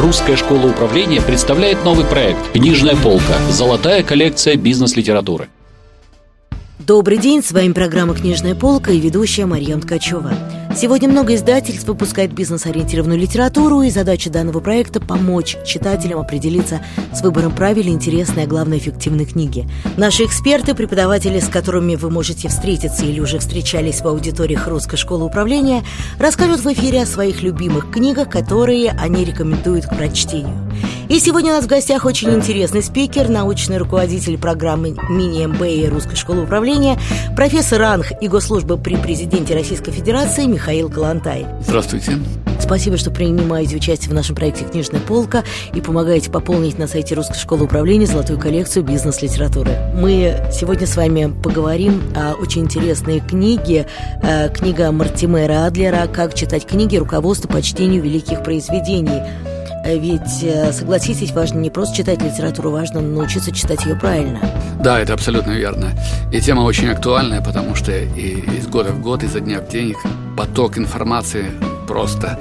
Русская школа управления представляет новый проект «Книжная полка. Золотая коллекция бизнес-литературы». Добрый день, с вами программа «Книжная полка» и ведущая Марьям Ткачева. Сегодня много издательств выпускает бизнес-ориентированную литературу, и задача данного проекта – помочь читателям определиться с выбором правильной, интересной, а главное, эффективной книги. Наши эксперты, преподаватели, с которыми вы можете встретиться или уже встречались в аудиториях Русской школы управления, расскажут в эфире о своих любимых книгах, которые они рекомендуют к прочтению. И сегодня у нас в гостях очень интересный спикер, научный руководитель программы мини-МБА Русской школы управления, профессор РАНХ и госслужбы при президенте Российской Федерации Михаил Калантай. Здравствуйте. Спасибо, что принимаете участие в нашем проекте «Книжная полка» и помогаете пополнить на сайте Русской школы управления золотую коллекцию бизнес-литературы. Мы сегодня с вами поговорим о очень интересной книге. Книга Мортимера Адлера «Как читать книги. Руководство по чтению великих произведений». Ведь, согласитесь, важно не просто читать литературу, важно научиться читать ее правильно. Да, это абсолютно верно. И тема очень актуальная, потому что и из года в год, изо дня в день поток информации просто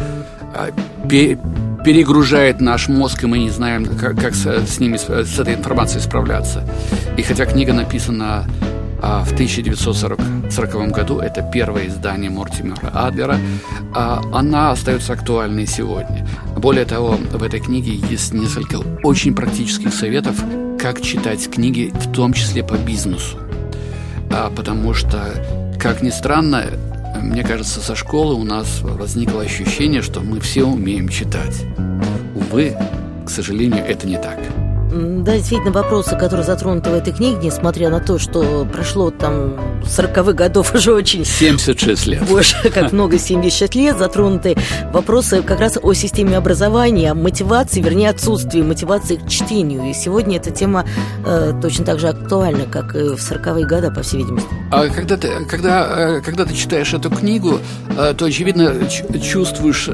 перегружает наш мозг, и мы не знаем, как с этой информацией справляться. И хотя книга написана в 1940 году, это первое издание Мортимера Адлера, она остается актуальной сегодня. Более того, в этой книге есть несколько очень практических советов, как читать книги, в том числе по бизнесу. Потому что, как ни странно, мне кажется, со школы у нас возникло ощущение, что мы все умеем читать. Увы, к сожалению, это не так. Да, действительно, вопросы, которые затронуты в этой книге, несмотря на то, что прошло там 40-х годов уже очень... 76 лет. Боже, как много, 76 лет, затронуты вопросы как раз о системе образования, о мотивации, вернее, отсутствии мотивации к чтению. И сегодня эта тема точно так же актуальна, как и в 40-е годы, по всей видимости. А когда ты читаешь эту книгу, то, очевидно, чувствуешь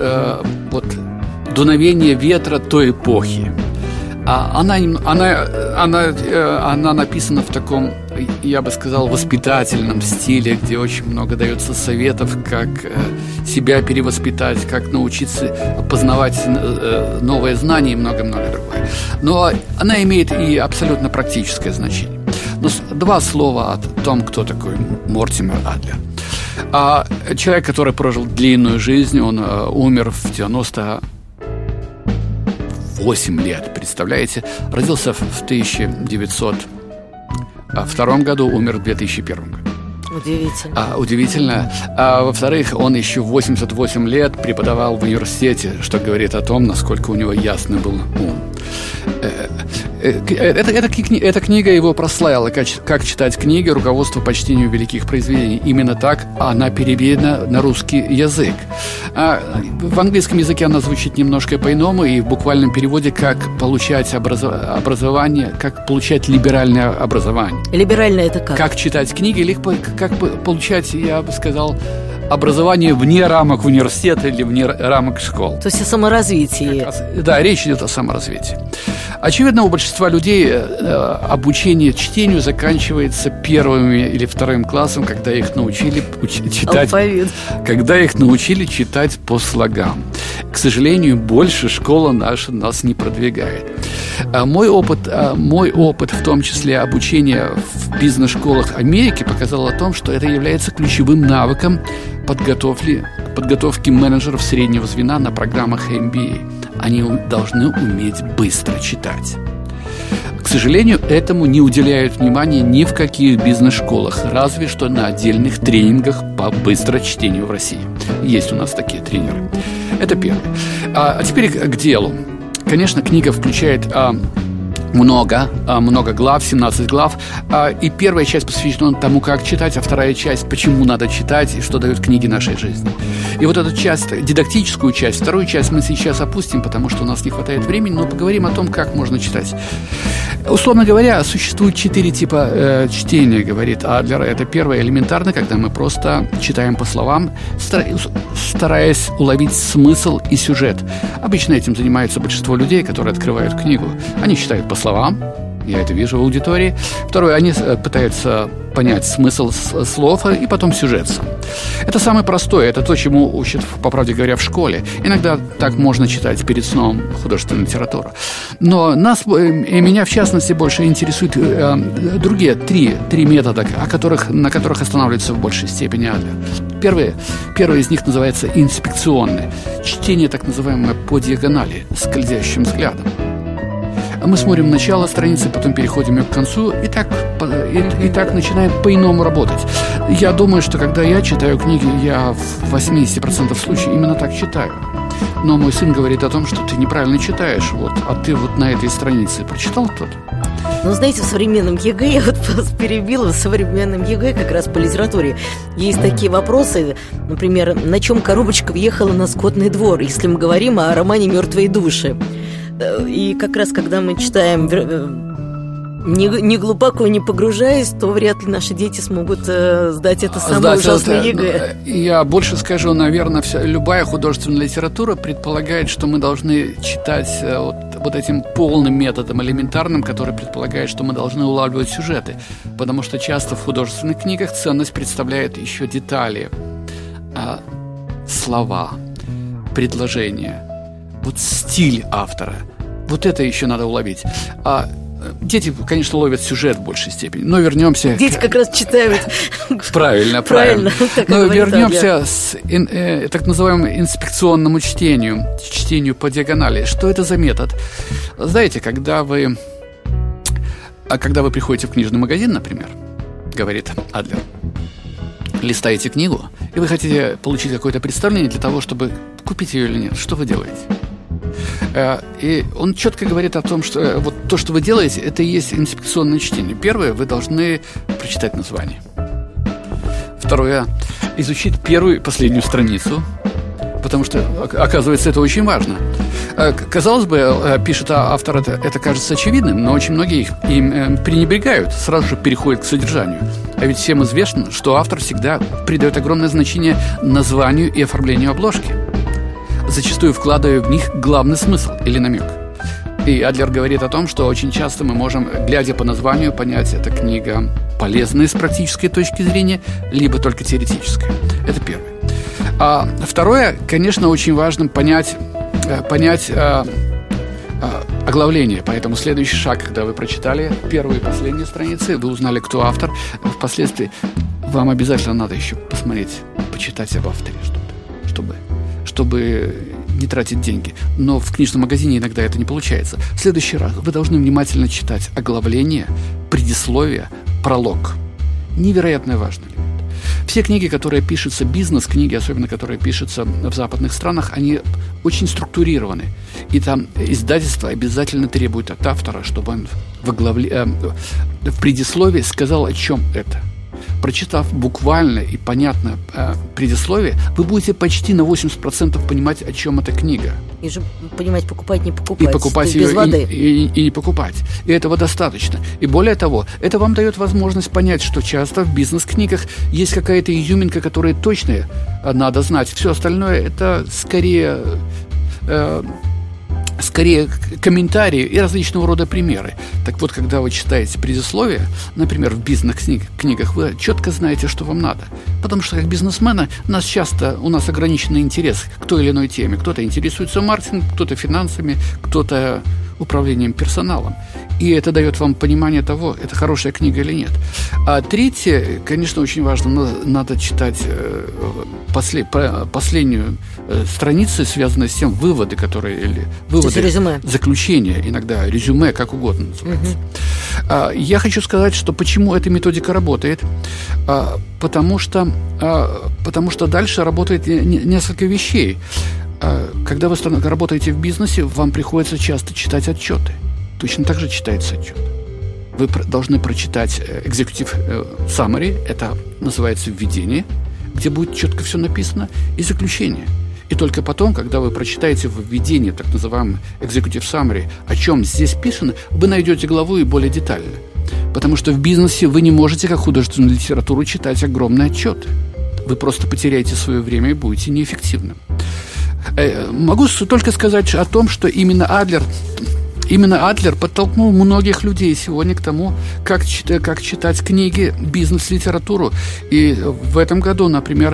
дуновение ветра той эпохи. Она написана в таком, я бы сказал, воспитательном стиле, где очень много дается советов, как себя перевоспитать, как научиться познавать новые знания и много-много другое. Но она имеет и абсолютно практическое значение. Но два слова о том, кто такой Мортимер Адлер. Человек, который прожил длинную жизнь, он умер в 98 лет, представляете? Родился в 1902 году, умер в 2001 году. Удивительно. Удивительно. Во-вторых, он еще 88 лет преподавал в университете, что говорит о том, насколько у него ясный был ум. Эта книга его прославила, как читать книги, руководство по чтению великих произведений. Именно так она переведена на русский язык. В английском языке она звучит немножко по-иному, и в буквальном переводе «как получать образование», «как получать либеральное образование». Либеральное – это как? Как читать книги, или как получать, я бы сказал, образование вне рамок университета или вне рамок школ. То есть о саморазвитии. Да, речь идет о саморазвитии. Очевидно, у большинства людей обучение чтению заканчивается первым или вторым классом, когда их научили читать. Алфавит. Когда их научили читать по слогам. К сожалению, больше школа наша нас не продвигает. Мой опыт, в том числе обучения в бизнес-школах Америки, показал о том, что это является ключевым навыком подготовки менеджеров среднего звена на программах MBA. Они должны уметь быстро читать. К сожалению, этому не уделяют внимания ни в каких бизнес-школах, разве что на отдельных тренингах по быстрочтению в России. Есть у нас такие тренеры. Это первое. А теперь к делу. Конечно, книга включает много глав, 17 глав. И первая часть посвящена тому, как читать, а вторая часть, почему надо читать и что дают книги нашей жизни. И вот эту часть, дидактическую часть, вторую часть мы сейчас опустим, потому что у нас не хватает времени, но поговорим о том, как можно читать. Условно говоря, существует 4 типа чтения, говорит Адлер. Это первое, элементарно, когда мы просто читаем по словам, стараясь уловить смысл и сюжет. Обычно этим занимается большинство людей, которые открывают книгу. Они читают по словам, я это вижу в аудитории. Второе, они пытаются понять смысл слов и потом сюжет сам. Это самое простое, это то, чему учат, по правде говоря, в школе. Иногда так можно читать перед сном художественную литературу. Но нас и меня, в частности, больше интересуют другие три метода, на которых останавливается в большей степени Адлер. Первый из них называется инспекционный. Чтение, так называемое, по диагонали, скользящим взглядом. Мы смотрим начало страницы, потом переходим ее к концу, и так начинаем по-иному работать. Я думаю, что когда я читаю книги, я в 80% случаев именно так читаю. Но мой сын говорит о том, что ты неправильно читаешь, а ты на этой странице прочитал кто-то. Ну, знаете, в современном ЕГЭ, я вас перебила, в современном ЕГЭ как раз по литературе есть такие вопросы, например, на чем коробочка въехала на скотный двор, если мы говорим о романе «Мертвые души». И как раз когда мы читаем не глубоко не погружаясь, то вряд ли наши дети смогут сдать это самое ужасное ЕГЭ. Я больше скажу, наверное, любая художественная литература предполагает, что мы должны читать вот этим полным методом, элементарным, который предполагает, что мы должны улавливать сюжеты. Потому что часто в художественных книгах ценность представляет еще детали, слова, предложения, стиль автора. Вот это еще надо уловить. Дети, конечно, ловят сюжет в большей степени, но вернемся... Дети как раз читают. Правильно. Но вернемся к так называемому инспекционному чтению по диагонали. Что это за метод? Знаете, когда вы приходите в книжный магазин, например, говорит Адлер, листаете книгу, и вы хотите получить какое-то представление для того, чтобы купить ее или нет, что вы делаете? И он четко говорит о том, что вот то, что вы делаете, это и есть инспекционное чтение. Первое, вы должны прочитать название. Второе, изучить первую и последнюю страницу, потому что, оказывается, это очень важно. Казалось бы, пишет автор, это кажется очевидным, но очень многие им пренебрегают, сразу же переходят к содержанию. А ведь всем известно, что автор всегда придает огромное значение названию и оформлению обложки, зачастую вкладывая в них главный смысл или намек. И Адлер говорит о том, что очень часто мы можем, глядя по названию, понять, эта книга полезная с практической точки зрения, либо только теоретическая. Это первое. А второе, конечно, очень важно понять оглавление. Поэтому следующий шаг, когда вы прочитали первые и последние страницы, вы узнали, кто автор, впоследствии вам обязательно надо еще посмотреть, почитать об авторе что-то, чтобы не тратить деньги. Но в книжном магазине иногда это не получается. В следующий раз вы должны внимательно читать оглавление, предисловие, пролог. Невероятно важный элемент. Все книги, которые пишутся, бизнес-книги, особенно которые пишутся в западных странах, они очень структурированы. И там издательство обязательно требует от автора, чтобы он в предисловии сказал, о чем это. Прочитав буквально и понятно предисловие, вы будете почти на 80% понимать, о чем эта книга. И же понимать, покупать, не покупать. И покупать ее, без воды. И не покупать. И этого достаточно. И более того, это вам дает возможность понять, что часто в бизнес-книгах есть какая-то изюминка, которая точно надо знать. Все остальное это скорее комментарии и различного рода примеры. Так вот, когда вы читаете предисловие, например, в бизнес-книгах, вы четко знаете, что вам надо. Потому что, как бизнесмены, у нас ограниченный интерес к той или иной теме. Кто-то интересуется маркетингом, кто-то финансами, кто-то управлением персоналом. И это дает вам понимание того, это хорошая книга или нет. А третье, конечно, очень важно, надо читать последнюю страницу, связанную с тем, выводы, заключения, иногда резюме, как угодно называется. Я хочу сказать, что почему эта методика работает, потому что дальше работает несколько вещей. Когда вы работаете в бизнесе, вам приходится часто читать отчеты. Точно так же читается отчет. Вы должны прочитать executive summary, это называется введение, где будет четко все написано, и заключение. И только потом, когда вы прочитаете в введении, так называемый executive summary, о чем здесь писано, вы найдете главу и более детально. Потому что в бизнесе вы не можете, как художественную литературу, читать огромные отчеты. Вы просто потеряете свое время и будете неэффективным. Могу только сказать о том, что именно Адлер именно Адлер подтолкнул многих людей сегодня к тому, как читать книги, бизнес-литературу. И в этом году, например,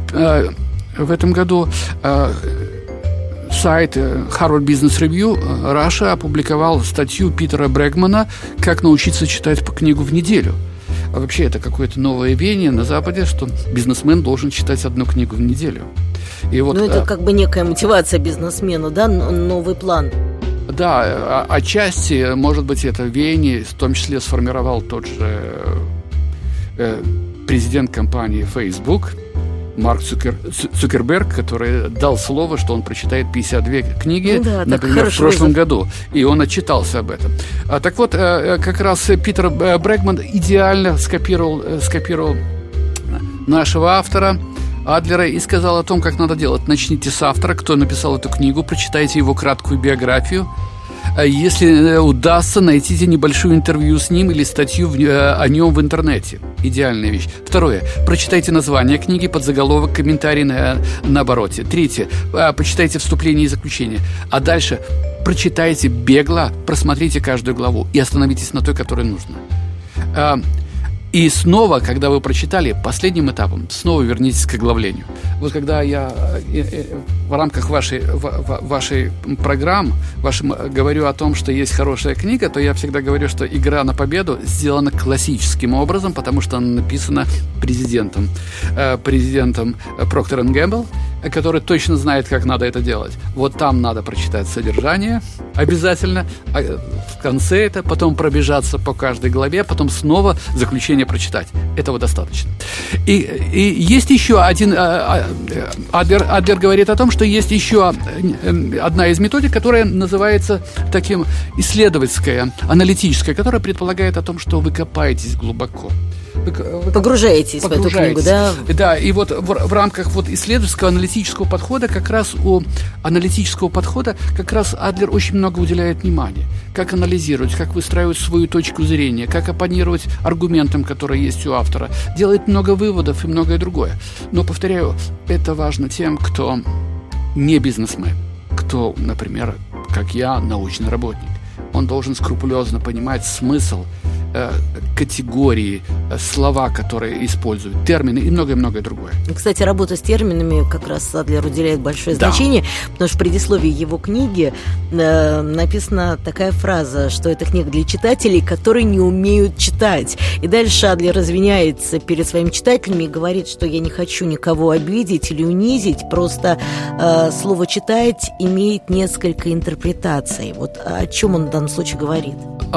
сайт Harvard Business Review Russia опубликовал статью Питера Брэгмана «Как научиться читать по книгу в неделю». А вообще это какое-то новое веяние на Западе, что бизнесмен должен читать одну книгу в неделю. И вот, это как бы некая мотивация бизнесмена, да, новый план. Да, отчасти, может быть, это веяние в том числе сформировал тот же президент компании Facebook Марк Цукерберг, который дал слово, что он прочитает 52 книги, например, в прошлом году. И он отчитался об этом. Так вот, как раз Питер Брэгман идеально скопировал нашего автора Адлера и сказал о том, как надо делать. Начните с автора, кто написал эту книгу, прочитайте его краткую биографию. Если удастся, найдите небольшое интервью с ним или статью о нем в интернете. Идеальная вещь. Второе. Прочитайте название книги, подзаголовок, комментарий на обороте. Третье. Почитайте вступление и заключение. А дальше прочитайте бегло, просмотрите каждую главу и остановитесь на той, которая нужна. И снова, когда вы прочитали, последним этапом снова вернитесь к оглавлению. Вот когда я в рамках вашей программы говорю о том, что есть хорошая книга, то я всегда говорю, что «Игра на победу» сделана классическим образом, потому что она написана президентом Procter & Gamble, который точно знает, как надо это делать. Вот там надо прочитать содержание обязательно, в конце это, потом пробежаться по каждой главе, потом снова заключение прочитать. Этого достаточно. И есть еще один... Адлер говорит о том, что есть еще одна из методик, которая называется таким исследовательская, аналитическая, которая предполагает о том, что вы копаетесь глубоко. Погружаетесь в эту книгу, да? Да, и вот в рамках исследовательского аналитического подхода как раз Адлер очень много уделяет внимания. Как анализировать, как выстраивать свою точку зрения, как оппонировать аргументам, которые есть у автора. Делает много выводов и многое другое. Но, повторяю, это важно тем, кто не бизнесмен, кто, например, как я, научный работник. Он должен скрупулезно понимать смысл, категории, слова, которые используют, термины и многое-многое другое. Кстати, работа с терминами как раз Адлер уделяет большое значение, потому что в предисловии его книги написана такая фраза, что это книга для читателей, которые не умеют читать. И дальше Адлер извиняется перед своими читателями и говорит, что я не хочу никого обидеть или унизить, просто слово «читать» имеет несколько интерпретаций. Вот о чем он в данном случае говорит?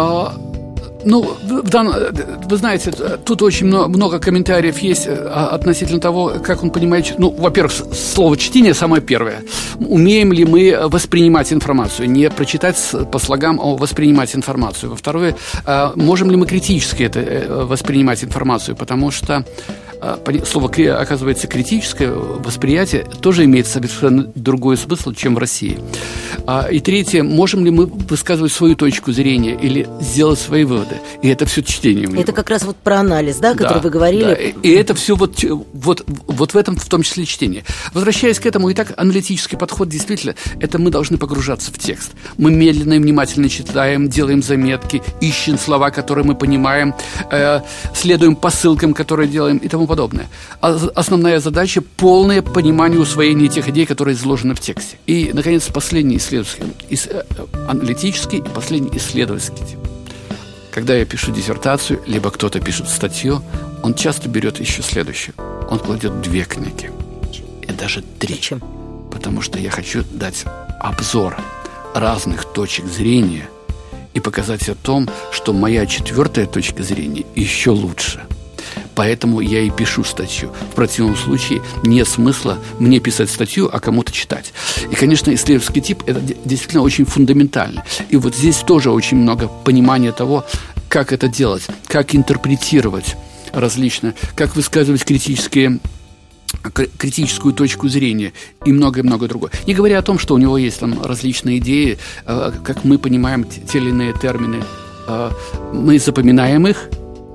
Вы знаете, тут очень много комментариев есть относительно того, как он понимает. Во-первых, слово «чтение» самое первое. Умеем ли мы воспринимать информацию? Не прочитать по слогам, а воспринимать информацию. Во-вторых, можем ли мы критически воспринимать информацию? Потому что слово, оказывается, критическое восприятие тоже имеет совершенно другой смысл, чем в России. И третье, можем ли мы высказывать свою точку зрения или сделать свои выводы? И это все чтение. Это как раз про анализ, да, который вы говорили. Да. И это все вот в этом, в том числе, чтение. Возвращаясь к этому, итак, аналитический подход, действительно, это мы должны погружаться в текст. Мы медленно и внимательно читаем, делаем заметки, ищем слова, которые мы понимаем, следуем по ссылкам, которые делаем и тому подобное. Основная задача – полное понимание, усвоение тех идей, которые изложены в тексте. И, наконец, последний аналитический и последний исследовательский тип. Когда я пишу диссертацию, либо кто-то пишет статью, он часто берет еще следующее. Он кладет 2 книги. И даже 3. Зачем? Потому что я хочу дать обзор разных точек зрения и показать о том, что моя 4-я точка зрения еще лучше. Поэтому я и пишу статью. В противном случае нет смысла мне писать статью, а кому-то читать. И, конечно, исследовательский тип – это действительно очень фундаментально. И вот здесь тоже очень много понимания того, как это делать, как интерпретировать различные, как высказывать критическую точку зрения и многое-многое другое. Не говоря о том, что у него есть там различные идеи, как мы понимаем те или иные термины. Мы запоминаем их,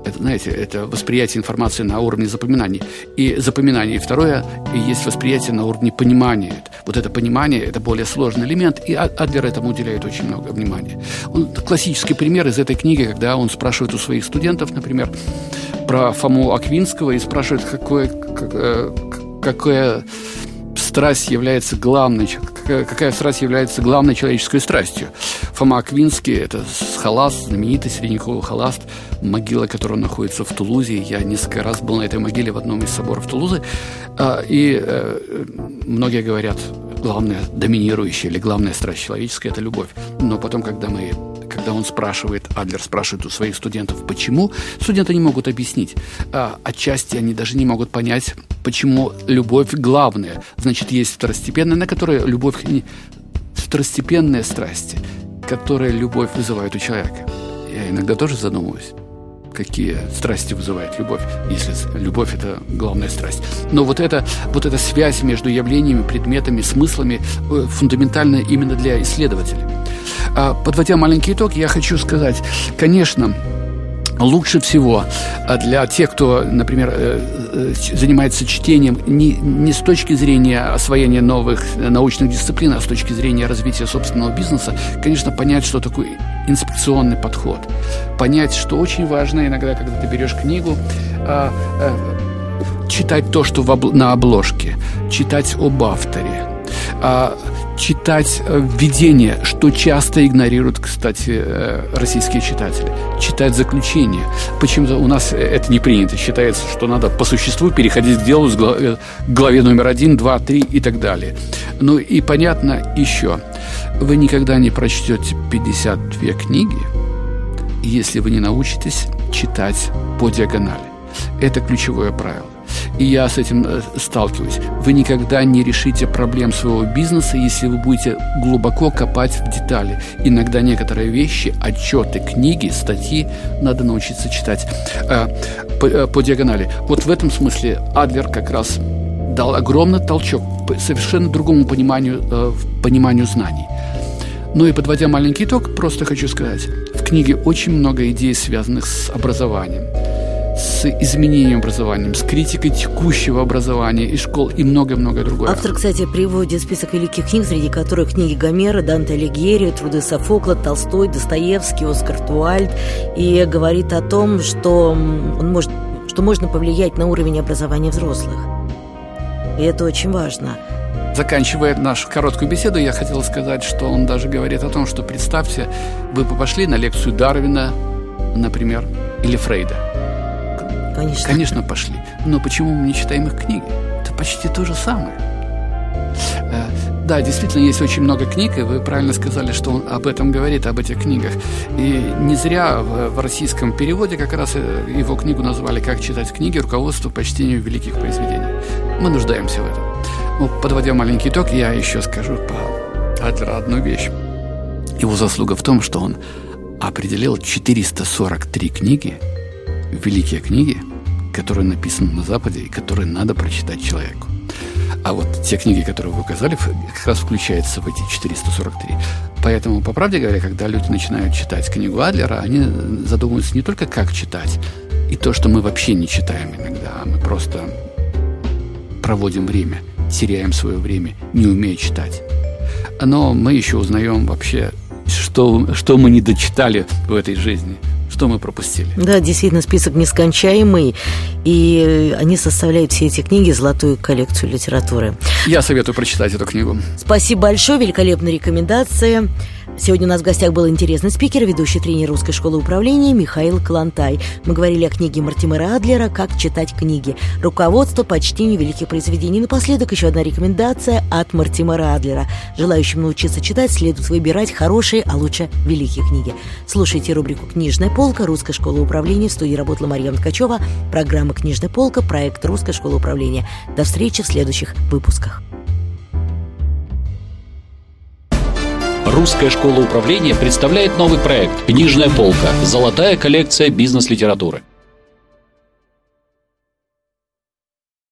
Это, знаете, это восприятие информации на уровне запоминания. И запоминание. И второе, и есть восприятие на уровне понимания. Вот это понимание – это более сложный элемент, и Адлер этому уделяет очень много внимания. Классический пример из этой книги, когда он спрашивает у своих студентов, например, про Фому Аквинского и спрашивает, какая страсть является главной человеческой страстью. Фома Аквинский – это холаст, знаменитый средневековый холаст, могила которого находится в Тулузе. Я несколько раз был на этой могиле в одном из соборов Тулузы. И многие говорят, главная доминирующая или главная страсть человеческая – это любовь. Но потом, когда он спрашивает, Адлер спрашивает у своих студентов, почему, студенты не могут объяснить. Отчасти они даже не могут понять, почему любовь главная. Значит, есть второстепенная, на которой любовь... Второстепенные страсти, которые любовь вызывает у человека. Я иногда тоже задумываюсь, какие страсти вызывает любовь, если любовь – это главная страсть. Но вот эта связь между явлениями, предметами, смыслами фундаментальна именно для исследователей. Подводя маленький итог, я хочу сказать, конечно, лучше всего для тех, кто, например, занимается чтением не с точки зрения освоения новых научных дисциплин, а с точки зрения развития собственного бизнеса, конечно, понять, что такое инспекционный подход. Понять, что очень важно иногда, когда ты берешь книгу, читать то, что на обложке, читать об авторе, читать введение, что часто игнорируют, кстати, российские читатели. Читать заключение. Почему-то у нас это не принято. Считается, что надо по существу переходить к делу к главе номер 1, 2, 3 и так далее. Ну и понятно еще. Вы никогда не прочтете 52 книги, если вы не научитесь читать по диагонали. Это ключевое правило. И я с этим сталкиваюсь. Вы никогда не решите проблем своего бизнеса, если вы будете глубоко копать в детали. Иногда некоторые вещи, отчеты, книги, статьи надо научиться читать по диагонали. Вот в этом смысле Адлер как раз дал огромный толчок совершенно другому пониманию знаний. Ну и подводя маленький итог, просто хочу сказать, в книге очень много идей, связанных с образованием, с изменением образования, с критикой текущего образования и школ и многое-многое другое. Автор, кстати, приводит список великих книг, среди которых книги Гомера, Данте Алигьери, труды Софокла, Толстой, Достоевский, Оскар Туальд, и говорит о том, что можно повлиять на уровень образования взрослых. И это очень важно. Заканчивая нашу короткую беседу, я хотел сказать, что он даже говорит о том, что, представьте, вы бы пошли на лекцию Дарвина, например, или Фрейда. Конечно, пошли. Но почему мы не читаем их книги? Это почти то же самое. Да, действительно, есть очень много книг, и вы правильно сказали, что он об этом говорит, об этих книгах. И не зря в российском переводе как раз его книгу назвали «Как читать книги. Руководство по чтению великих произведений». Мы нуждаемся в этом. Ну, подводя маленький итог, я еще скажу по Адлеру одну вещь. Его заслуга в том, что он определил 443 книги, великие книги, которые написаны на Западе и которые надо прочитать человеку. А вот те книги, которые вы указали, как раз включаются в эти 443. Поэтому, по правде говоря, когда люди начинают читать книгу Адлера, они задумываются не только, как читать, и то, что мы вообще не читаем иногда, а мы просто проводим время, теряем свое время, не умея читать. Но мы еще узнаем вообще, что мы не дочитали в этой жизни, что мы пропустили. Да, действительно, список нескончаемый, и они составляют все эти книги золотую коллекцию литературы. Я советую прочитать эту книгу. Спасибо большое, великолепная рекомендация. Сегодня у нас в гостях был интересный спикер, ведущий тренер Русской школы управления Михаил Коллонтай. Мы говорили о книге Мортимера Адлера «Как читать книги. Руководство по чтению великих произведений». Напоследок еще одна рекомендация от Мортимера Адлера. Желающим научиться читать следует выбирать хорошие, а лучше великие книги. Слушайте рубрику «Книжная полка». Русская школа управления. В студии работала Марьям Ткачева. Программа «Книжная полка», проект Русской школы управления. До встречи в следующих выпусках. Русская школа управления представляет новый проект «Книжная полка. Золотая коллекция бизнес-литературы».